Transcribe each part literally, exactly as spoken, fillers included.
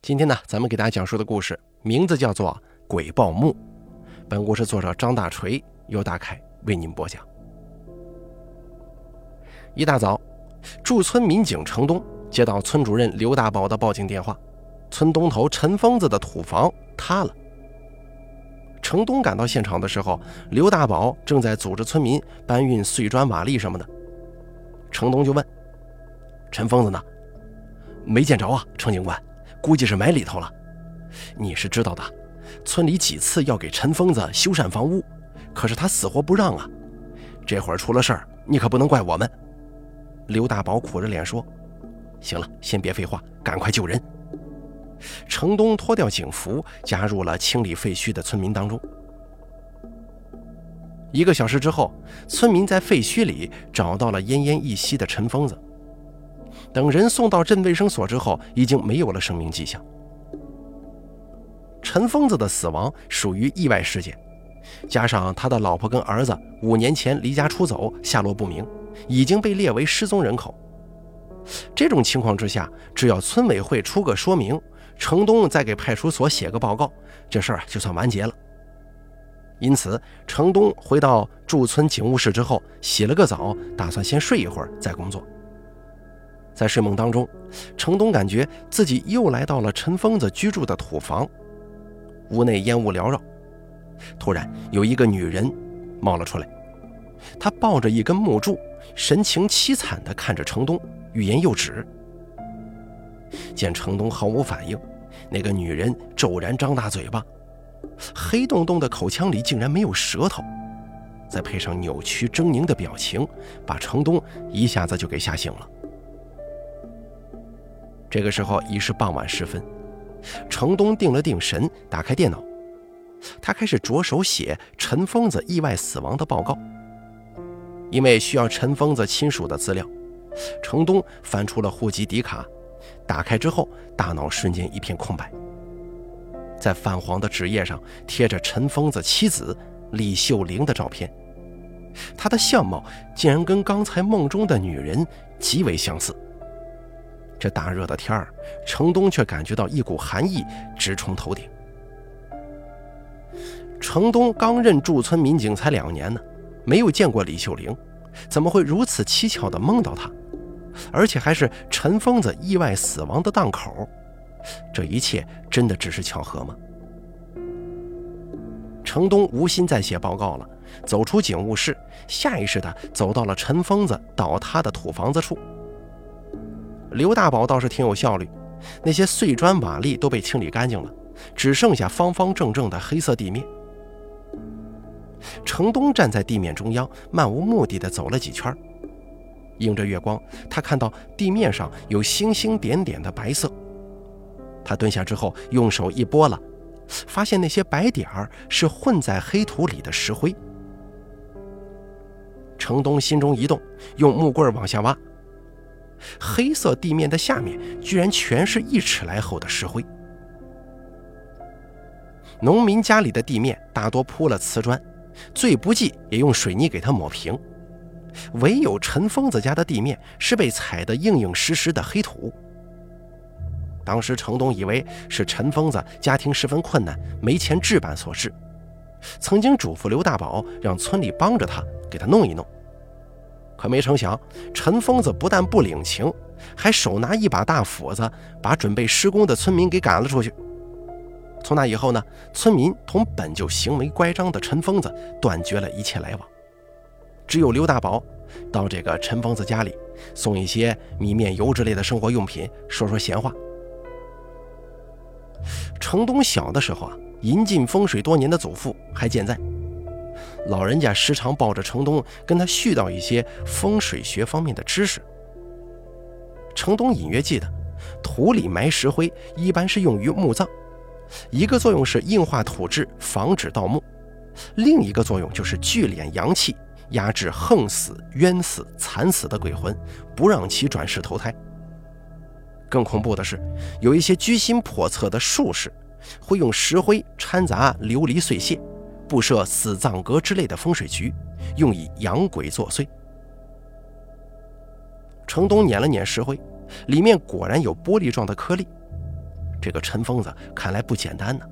今天呢，咱们给大家讲述的故事名字叫做《鬼报墓》。本故事作者张大锤、由大凯为您播讲。一大早，驻村民警程东接到村主任刘大宝的报警电话，村东头陈疯子的土房塌了。程东赶到现场的时候，刘大宝正在组织村民搬运碎砖瓦砾什么的。程东就问：陈疯子呢？没见着啊，程警官，估计是埋里头了。你是知道的，村里几次要给陈疯子修缮房屋，可是他死活不让啊。这会儿出了事儿，你可不能怪我们。刘大宝苦着脸说：行了，先别废话，赶快救人。程东脱掉警服，加入了清理废墟的村民当中。一个小时之后，村民在废墟里找到了奄奄一息的陈疯子。等人送到镇卫生所之后，已经没有了生命迹象。陈疯子的死亡属于意外事件，加上他的老婆跟儿子五年前离家出走，下落不明，已经被列为失踪人口。这种情况之下，只要村委会出个说明，程东再给派出所写个报告，这事儿就算完结了。因此，程东回到驻村警务室之后，洗了个澡，打算先睡一会儿再工作。在睡梦当中，程东感觉自己又来到了陈疯子居住的土房，屋内烟雾缭绕。突然有一个女人冒了出来，她抱着一根木柱，神情凄惨地看着程东，欲言又止。见程东毫无反应，那个女人骤然张大嘴巴，黑洞洞的口腔里竟然没有舌头，再配上扭曲狰狞的表情，把程东一下子就给吓醒了。这个时候已是傍晚时分，程东定了定神，打开电脑，他开始着手写陈疯子意外死亡的报告。因为需要陈疯子亲属的资料，程东翻出了户籍底卡，打开之后，大脑瞬间一片空白。在泛黄的纸页上贴着陈疯子妻子李秀玲的照片，她的相貌竟然跟刚才梦中的女人极为相似。这大热的天儿，程东却感觉到一股寒意直冲头顶。程东刚任驻村民警才两年呢，没有见过李秀玲，怎么会如此蹊跷地梦到她？而且还是陈疯子意外死亡的档口，这一切真的只是巧合吗？程东无心再写报告了，走出警务室，下意识地走到了陈疯子倒塌的土房子处。刘大宝倒是挺有效率，那些碎砖瓦砾都被清理干净了，只剩下方方正正的黑色地面。程东站在地面中央，漫无目的地走了几圈，映着月光，他看到地面上有星星点点的白色。他蹲下之后，用手一拨了，发现那些白点儿是混在黑土里的石灰。程东心中一动，用木棍往下挖，黑色地面的下面居然全是一尺来厚的石灰。农民家里的地面大多铺了瓷砖，最不济也用水泥给它抹平，唯有陈疯子家的地面是被踩得硬硬实实的黑土。当时程东以为是陈疯子家庭十分困难，没钱置办所致，曾经嘱咐刘大宝让村里帮着他给他弄一弄。可没成想，陈疯子不但不领情，还手拿一把大斧子，把准备施工的村民给赶了出去。从那以后呢，村民同本就行为乖张的陈疯子断绝了一切来往，只有刘大宝到这个陈疯子家里送一些米面油之类的生活用品，说说闲话。程东小的时候啊，引进风水多年的祖父还健在，老人家时常抱着程东跟他絮叨一些风水学方面的知识。程东隐约记得，土里埋石灰一般是用于墓葬，一个作用是硬化土质，防止盗墓，另一个作用就是聚敛阳气，压制横死、冤死、惨死的鬼魂，不让其转世投胎。更恐怖的是，有一些居心叵测的术士会用石灰掺杂琉璃碎屑，布设死葬阁之类的风水局，用以养鬼作祟。程东捻了捻石灰，里面果然有玻璃状的颗粒， 这个陈疯子看来不简单呢。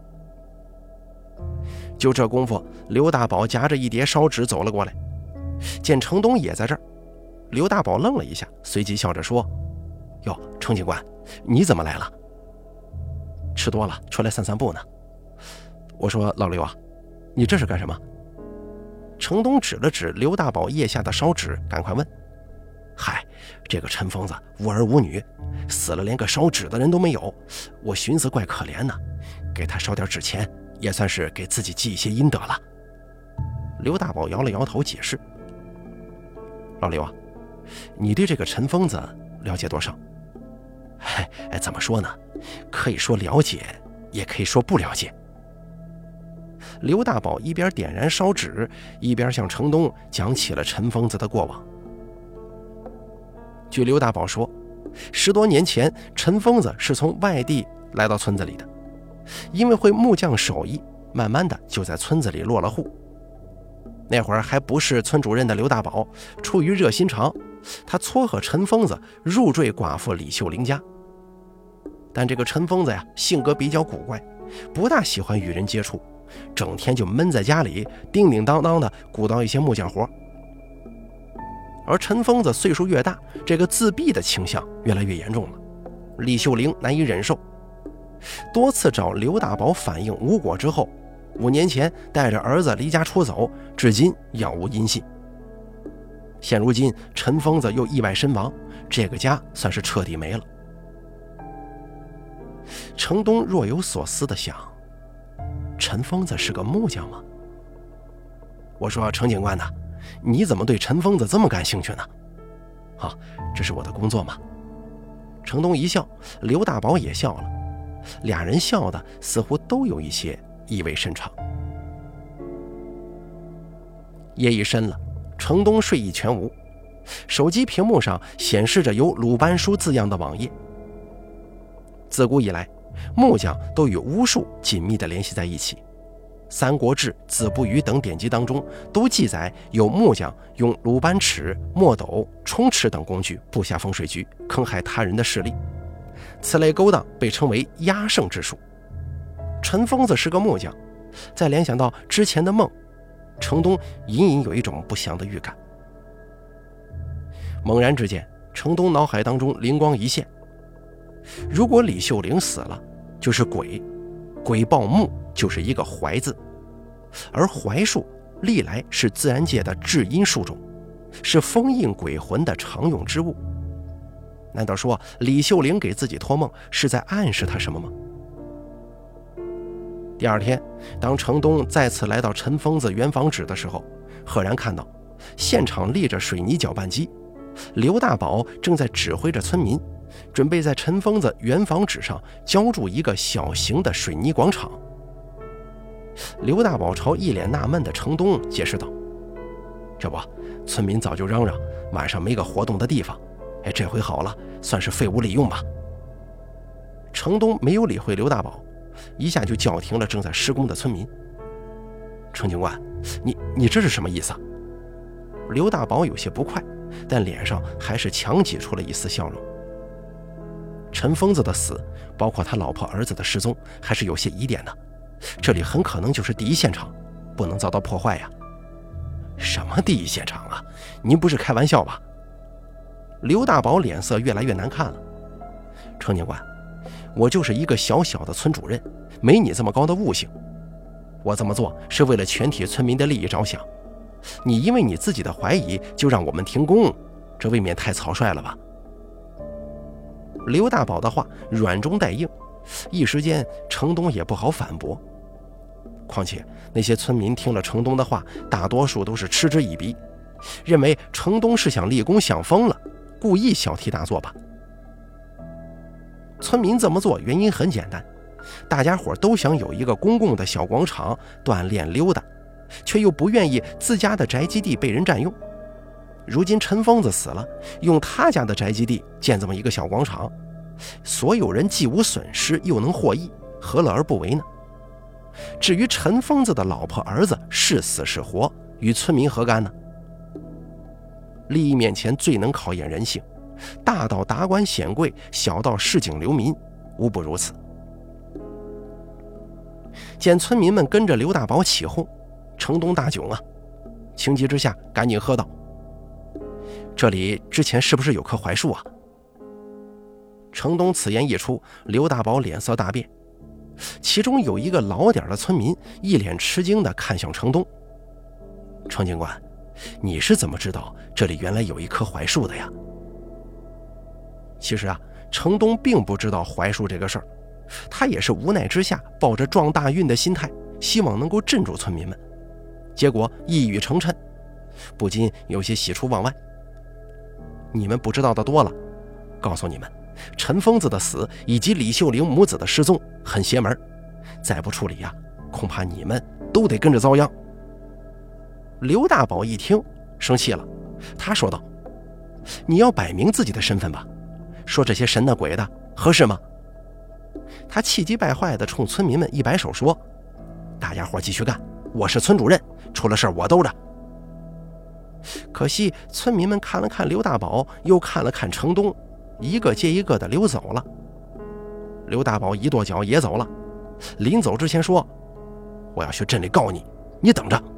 就这功夫，刘大宝夹着一叠烧纸走了过来，见程东也在这儿，刘大宝愣了一下，随即笑着说：“哟，程警官，你怎么来了？吃多了，出来散散步呢。”我说：“老刘啊，你这是干什么？”程东指了指刘大宝腋下的烧纸，赶快问：“嗨，这个陈疯子无儿无女，死了连个烧纸的人都没有，我寻思怪可怜呢，给他烧点纸钱，也算是给自己积一些阴德了。”刘大宝摇了摇头解释：“老刘啊，你对这个陈疯子了解多少？”“哎，怎么说呢？可以说了解，也可以说不了解。”刘大宝一边点燃烧纸，一边向程东讲起了陈疯子的过往。据刘大宝说，十多年前陈疯子是从外地来到村子里的，因为会木匠手艺，慢慢的就在村子里落了户。那会儿还不是村主任的刘大宝，出于热心肠，他撮合陈疯子入赘寡妇李秀玲家。但这个陈疯子呀，性格比较古怪，不大喜欢与人接触，整天就闷在家里，叮叮当当的鼓捣一些木匠活。而陈疯子岁数越大，这个自闭的倾向越来越严重了。李秀玲难以忍受，多次找刘大宝反映无果之后，五年前带着儿子离家出走，至今杳无音信。现如今陈疯子又意外身亡，这个家算是彻底没了。程东若有所思地想，陈疯子是个木匠吗？我说：“程警官呐，你怎么对陈疯子这么感兴趣呢？”“啊，这是我的工作嘛。”程东一笑，刘大宝也笑了，俩人笑的似乎都有一些意味深长。夜已深了，程东睡意全无，手机屏幕上显示着有鲁班书字样的网页。自古以来，木匠都与巫术紧密地联系在一起，《三国志》《子不语》等典籍当中都记载有木匠用鲁班尺、墨斗、冲尺等工具布下风水局，坑害他人的势力。此类勾当被称为压胜之术。陈疯子是个木匠，再联想到之前的梦，程东隐隐有一种不祥的预感。猛然之间，程东脑海当中灵光一现，如果李秀玲死了，就是鬼，鬼报木就是一个怀字，而怀术历来是自然界的至阴术种，是封印鬼魂的常用之物。难道说李秀玲给自己托梦是在暗示他什么吗？第二天，当程东再次来到陈疯子原房址的时候，赫然看到现场立着水泥搅拌机，刘大宝正在指挥着村民，准备在陈疯子原房址上浇筑一个小型的水泥广场。刘大宝朝一脸纳闷的程东解释道：“这不，村民早就嚷嚷晚上没个活动的地方，哎，这回好了，算是废物利用吧。”程东没有理会刘大宝，一下就叫停了正在施工的村民。“程警官，你你这是什么意思啊？”刘大宝有些不快，但脸上还是强挤出了一丝笑容。陈疯子的死，包括他老婆儿子的失踪，还是有些疑点的，这里很可能就是第一现场，不能遭到破坏呀。“什么第一现场啊？您不是开玩笑吧？”刘大宝脸色越来越难看了。“程警官，我就是一个小小的村主任，没你这么高的悟性。我这么做是为了全体村民的利益着想，你因为你自己的怀疑就让我们停工，这未免太草率了吧？”刘大宝的话软中带硬，一时间程东也不好反驳。况且那些村民听了程东的话，大多数都是嗤之以鼻，认为程东是想立功想疯了，故意小题大做吧。村民这么做原因很简单，大家伙都想有一个公共的小广场锻炼溜达，却又不愿意自家的宅基地被人占用。如今陈疯子死了，用他家的宅基地建这么一个小广场，所有人既无损失又能获益，何乐而不为呢？至于陈疯子的老婆儿子是死是活，与村民何干呢？利益面前最能考验人性，大到达官显贵，小到市井流民， 无不如此。见村民们跟着刘大宝起哄，程东大窘啊，情急之下赶紧喝道：“这里之前是不是有棵槐树啊？”程东此言一出，刘大宝脸色大变，其中有一个老点的村民一脸吃惊地看向程东：“程警官，你是怎么知道这里原来有一棵槐树的呀？”其实啊，程东并不知道槐树这个事儿，他也是无奈之下抱着撞大运的心态，希望能够镇住村民们，结果一语成谶，不禁有些喜出望外。你们不知道的多了，告诉你们，陈疯子的死以及李秀玲母子的失踪很邪门，再不处理呀、啊，恐怕你们都得跟着遭殃。刘大宝一听生气了，他说道：“你要摆明自己的身份吧，说这些神的鬼的合适吗？”他气急败坏地冲村民们一摆手说：“大家伙继续干，我是村主任，出了事我兜着。”可惜村民们看了看刘大宝，又看了看程东，一个接一个的溜走了。刘大宝一跺脚也走了，临走之前说：“我要去镇里告你，你等着。”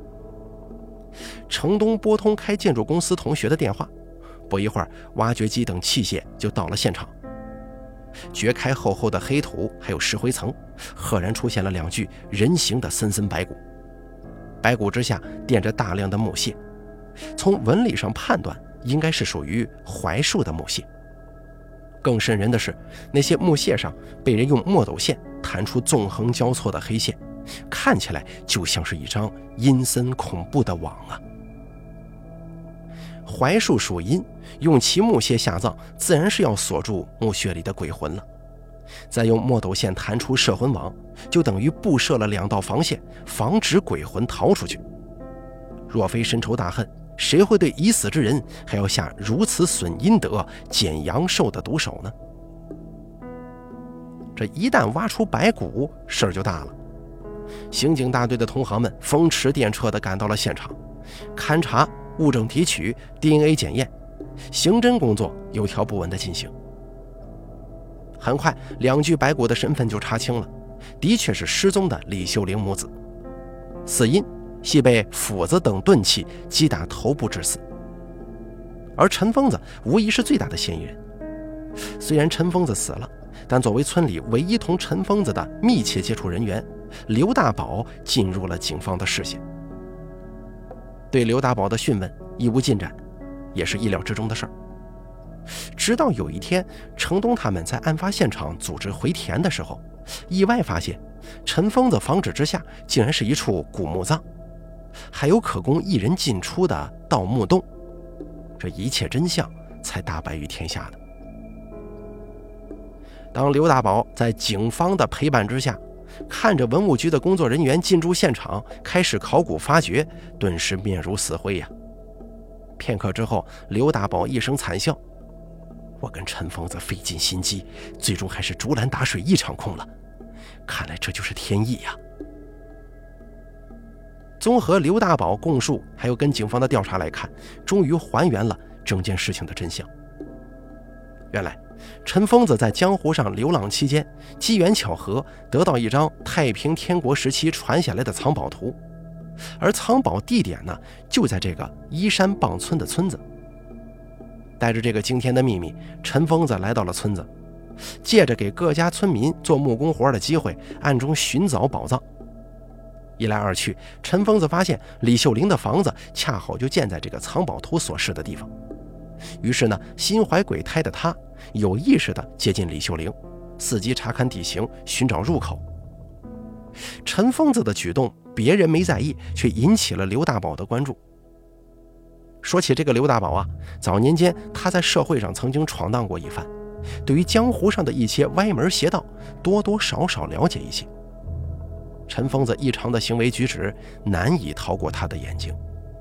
程东拨通开建筑公司同学的电话，不一会儿，挖掘机等器械就到了现场。掘开厚厚的黑土还有石灰层，赫然出现了两具人形的森森白骨，白骨之下垫着大量的木屑，从纹理上判断应该是属于槐树的木屑。更瘆人的是，那些木屑上被人用墨斗线弹出纵横交错的黑线，看起来就像是一张阴森恐怖的网啊。槐树属阴，用其木屑下葬，自然是要锁住墓穴里的鬼魂了。再用墨斗线弹出摄魂网，就等于布设了两道防线，防止鬼魂逃出去。若非深仇大恨，谁会对已死之人还要下如此损阴德、减阳寿的毒手呢？这一旦挖出白骨，事儿就大了。刑警大队的同行们风驰电掣地赶到了现场，勘查、物证提取、D N A 检验，刑侦工作有条不紊地进行。很快，两具白骨的身份就查清了，的确是失踪的李秀玲母子。死因系被斧子等钝器击打头部致死，而陈疯子无疑是最大的嫌疑人。虽然陈疯子死了，但作为村里唯一同陈疯子的密切接触人员，刘大宝进入了警方的视线。对刘大宝的讯问一无进展，也是意料之中的事儿。直到有一天，程东他们在案发现场组织回填的时候，意外发现陈疯子房址之下竟然是一处古墓葬，还有可供一人进出的盗墓洞。这一切真相才大白于天下的。当刘大宝在警方的陪伴之下，看着文物局的工作人员进驻现场，开始考古发掘，顿时面如死灰呀。片刻之后，刘大宝一声惨笑：“我跟陈疯子费尽心机，最终还是竹篮打水一场空了。看来这就是天意呀。”综合刘大宝供述，还有跟警方的调查来看，终于还原了整件事情的真相。原来陈疯子在江湖上流浪期间，机缘巧合得到一张太平天国时期传下来的藏宝图，而藏宝地点呢，就在这个依山傍村的村子。带着这个惊天的秘密，陈疯子来到了村子，借着给各家村民做木工活的机会，暗中寻找宝藏。一来二去，陈疯子发现李秀玲的房子恰好就建在这个藏宝图所示的地方。于是呢，心怀鬼胎的他有意识地接近李秀玲，伺机查看地形，寻找入口。陈疯子的举动别人没在意，却引起了刘大宝的关注。说起这个刘大宝啊，早年间他在社会上曾经闯荡过一番，对于江湖上的一些歪门邪道多多少少了解一些。陈疯子异常的行为举止难以逃过他的眼睛。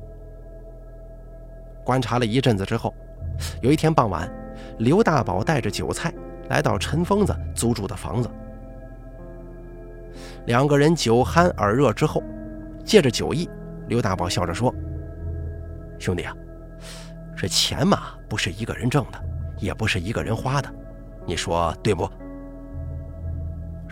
观察了一阵子之后，有一天傍晚，刘大宝带着酒菜来到陈疯子租住的房子。两个人酒酣耳热之后，借着酒意，刘大宝笑着说：“兄弟啊，这钱嘛，不是一个人挣的，也不是一个人花的，你说对不？”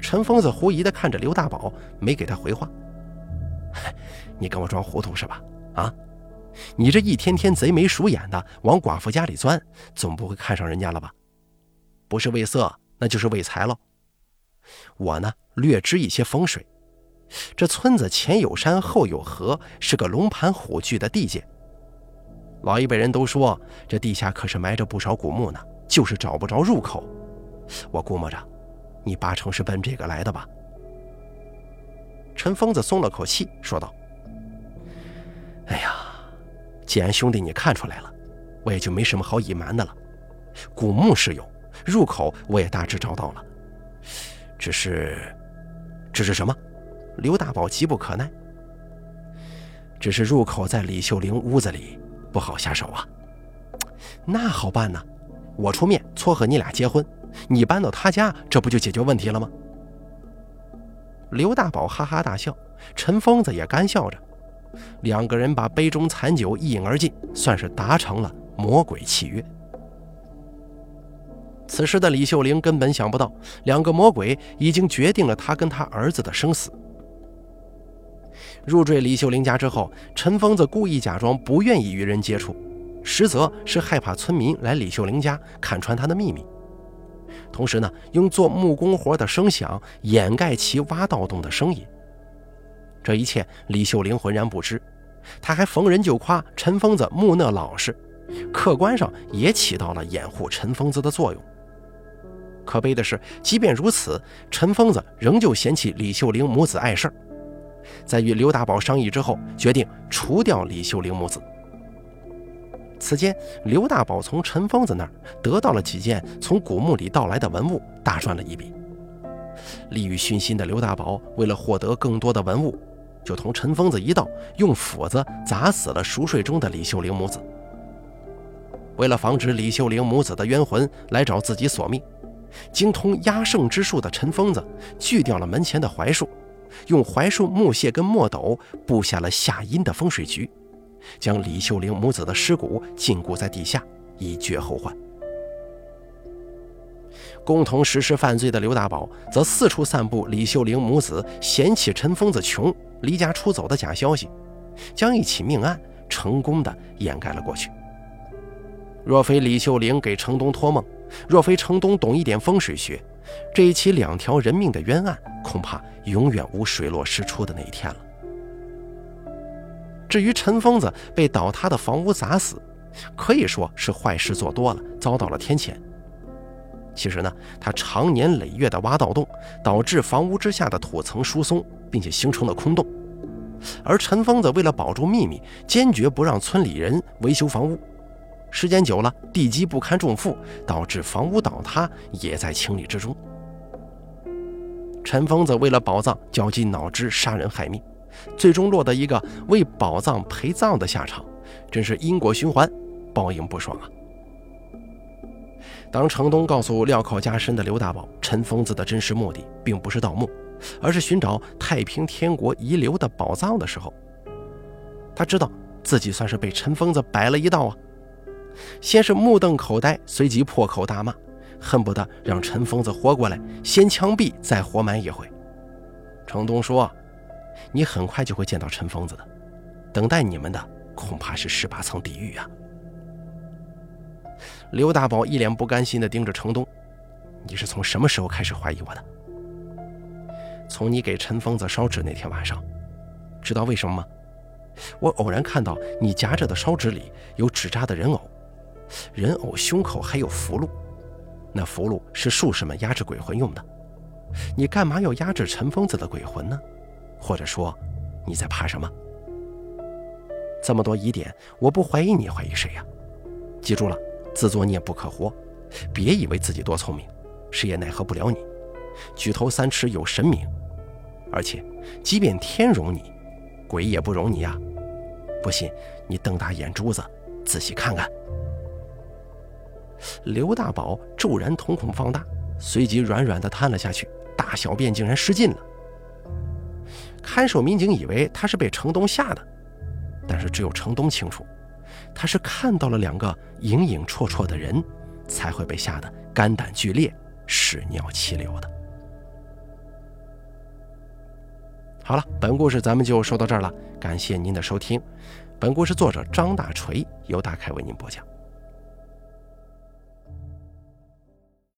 陈疯子狐疑地看着刘大宝，没给他回话。你跟我装糊涂是吧？啊，你这一天天贼眉鼠眼的往寡妇家里钻，总不会看上人家了吧？不是为色，那就是为财喽。我呢，略知一些风水。这村子前有山后有河，是个龙盘虎踞的地界。老一辈人都说，这地下可是埋着不少古墓呢，就是找不着入口。我估摸着，你八成是奔这个来的吧？陈疯子松了口气，说道：哎呀，既然兄弟你看出来了，我也就没什么好隐瞒的了。古墓是有，入口我也大致找到了，只是只是什么？刘大宝急不可耐。只是入口在李秀玲屋子里，不好下手啊。那好办呢，我出面撮合你俩结婚，你搬到他家，这不就解决问题了吗？刘大宝哈哈大笑，陈疯子也干笑着，两个人把杯中残酒一饮而尽，算是达成了魔鬼契约。此时的李秀玲根本想不到，两个魔鬼已经决定了他跟他儿子的生死。入赘李秀玲家之后，陈疯子故意假装不愿意与人接触，实则是害怕村民来李秀玲家看穿他的秘密。同时呢，用做木工活的声响掩盖其挖盗洞的声音。这一切李秀玲浑然不知，他还逢人就夸陈疯子木讷老实，客观上也起到了掩护陈疯子的作用。可悲的是，即便如此，陈疯子仍旧嫌弃李秀玲母子碍事儿。在与刘大宝商议之后，决定除掉李秀玲母子。此间，刘大宝从陈疯子那儿得到了几件从古墓里盗来的文物，大赚了一笔。利欲熏心的刘大宝为了获得更多的文物，就同陈疯子一道，用斧子砸死了熟睡中的李秀玲母子。为了防止李秀玲母子的冤魂来找自己索命，精通压胜之术的陈疯子锯掉了门前的槐树，用槐树木屑跟墨斗布下了下阴的风水局，将李秀玲母子的尸骨禁锢在地下，以绝后患。共同实施犯罪的刘大宝则四处散布李秀玲母子嫌弃陈疯子穷离家出走的假消息，将一起命案成功地掩盖了过去。若非李秀玲给程东托梦，若非程东懂一点风水学，这一起两条人命的冤案恐怕永远无水落石出的那一天了。至于陈疯子被倒塌的房屋砸死，可以说是坏事做多了，遭到了天谴。其实呢，他长年累月的挖盗洞，导致房屋之下的土层疏松，并且形成了空洞。而陈疯子为了保住秘密，坚决不让村里人维修房屋，时间久了，地基不堪重负，导致房屋倒塌也在情理之中。陈疯子为了宝藏绞尽脑汁杀人害命，最终落得一个为宝藏陪葬的下场，真是因果循环，报应不爽啊！当程东告诉镣铐加身的刘大宝，陈疯子的真实目的并不是盗墓，而是寻找太平天国遗留的宝藏的时候，他知道自己算是被陈疯子摆了一道啊！先是目瞪口呆，随即破口大骂，恨不得让陈疯子活过来，先枪毙再活埋一回。程东说：“你很快就会见到陈疯子的，等待你们的恐怕是十八层地狱啊！”刘大宝一脸不甘心地盯着程东：“你是从什么时候开始怀疑我的？”“从你给陈疯子烧纸那天晚上。知道为什么吗？我偶然看到你夹着的烧纸里有纸扎的人偶，人偶胸口还有符箓，那符箓是术士们压制鬼魂用的。你干嘛要压制陈疯子的鬼魂呢？或者说你在怕什么？这么多疑点，我不怀疑你，怀疑谁呀？记住了，自作孽不可活，别以为自己多聪明，谁也奈何不了你。举头三尺有神明，而且即便天容你，鬼也不容你呀！不信你瞪大眼珠子仔细看看。”刘大宝骤然瞳孔放大，随即软软地瘫了下去，大小便竟然失禁了。看守民警以为他是被程东吓的，但是只有程东清楚，他是看到了两个影影绰绰的人，才会被吓得肝胆俱裂，屎尿齐流的。 好了，本故事咱们就说到这儿了，感谢您的收听。本故事作者张大锤，由大凯为您播讲。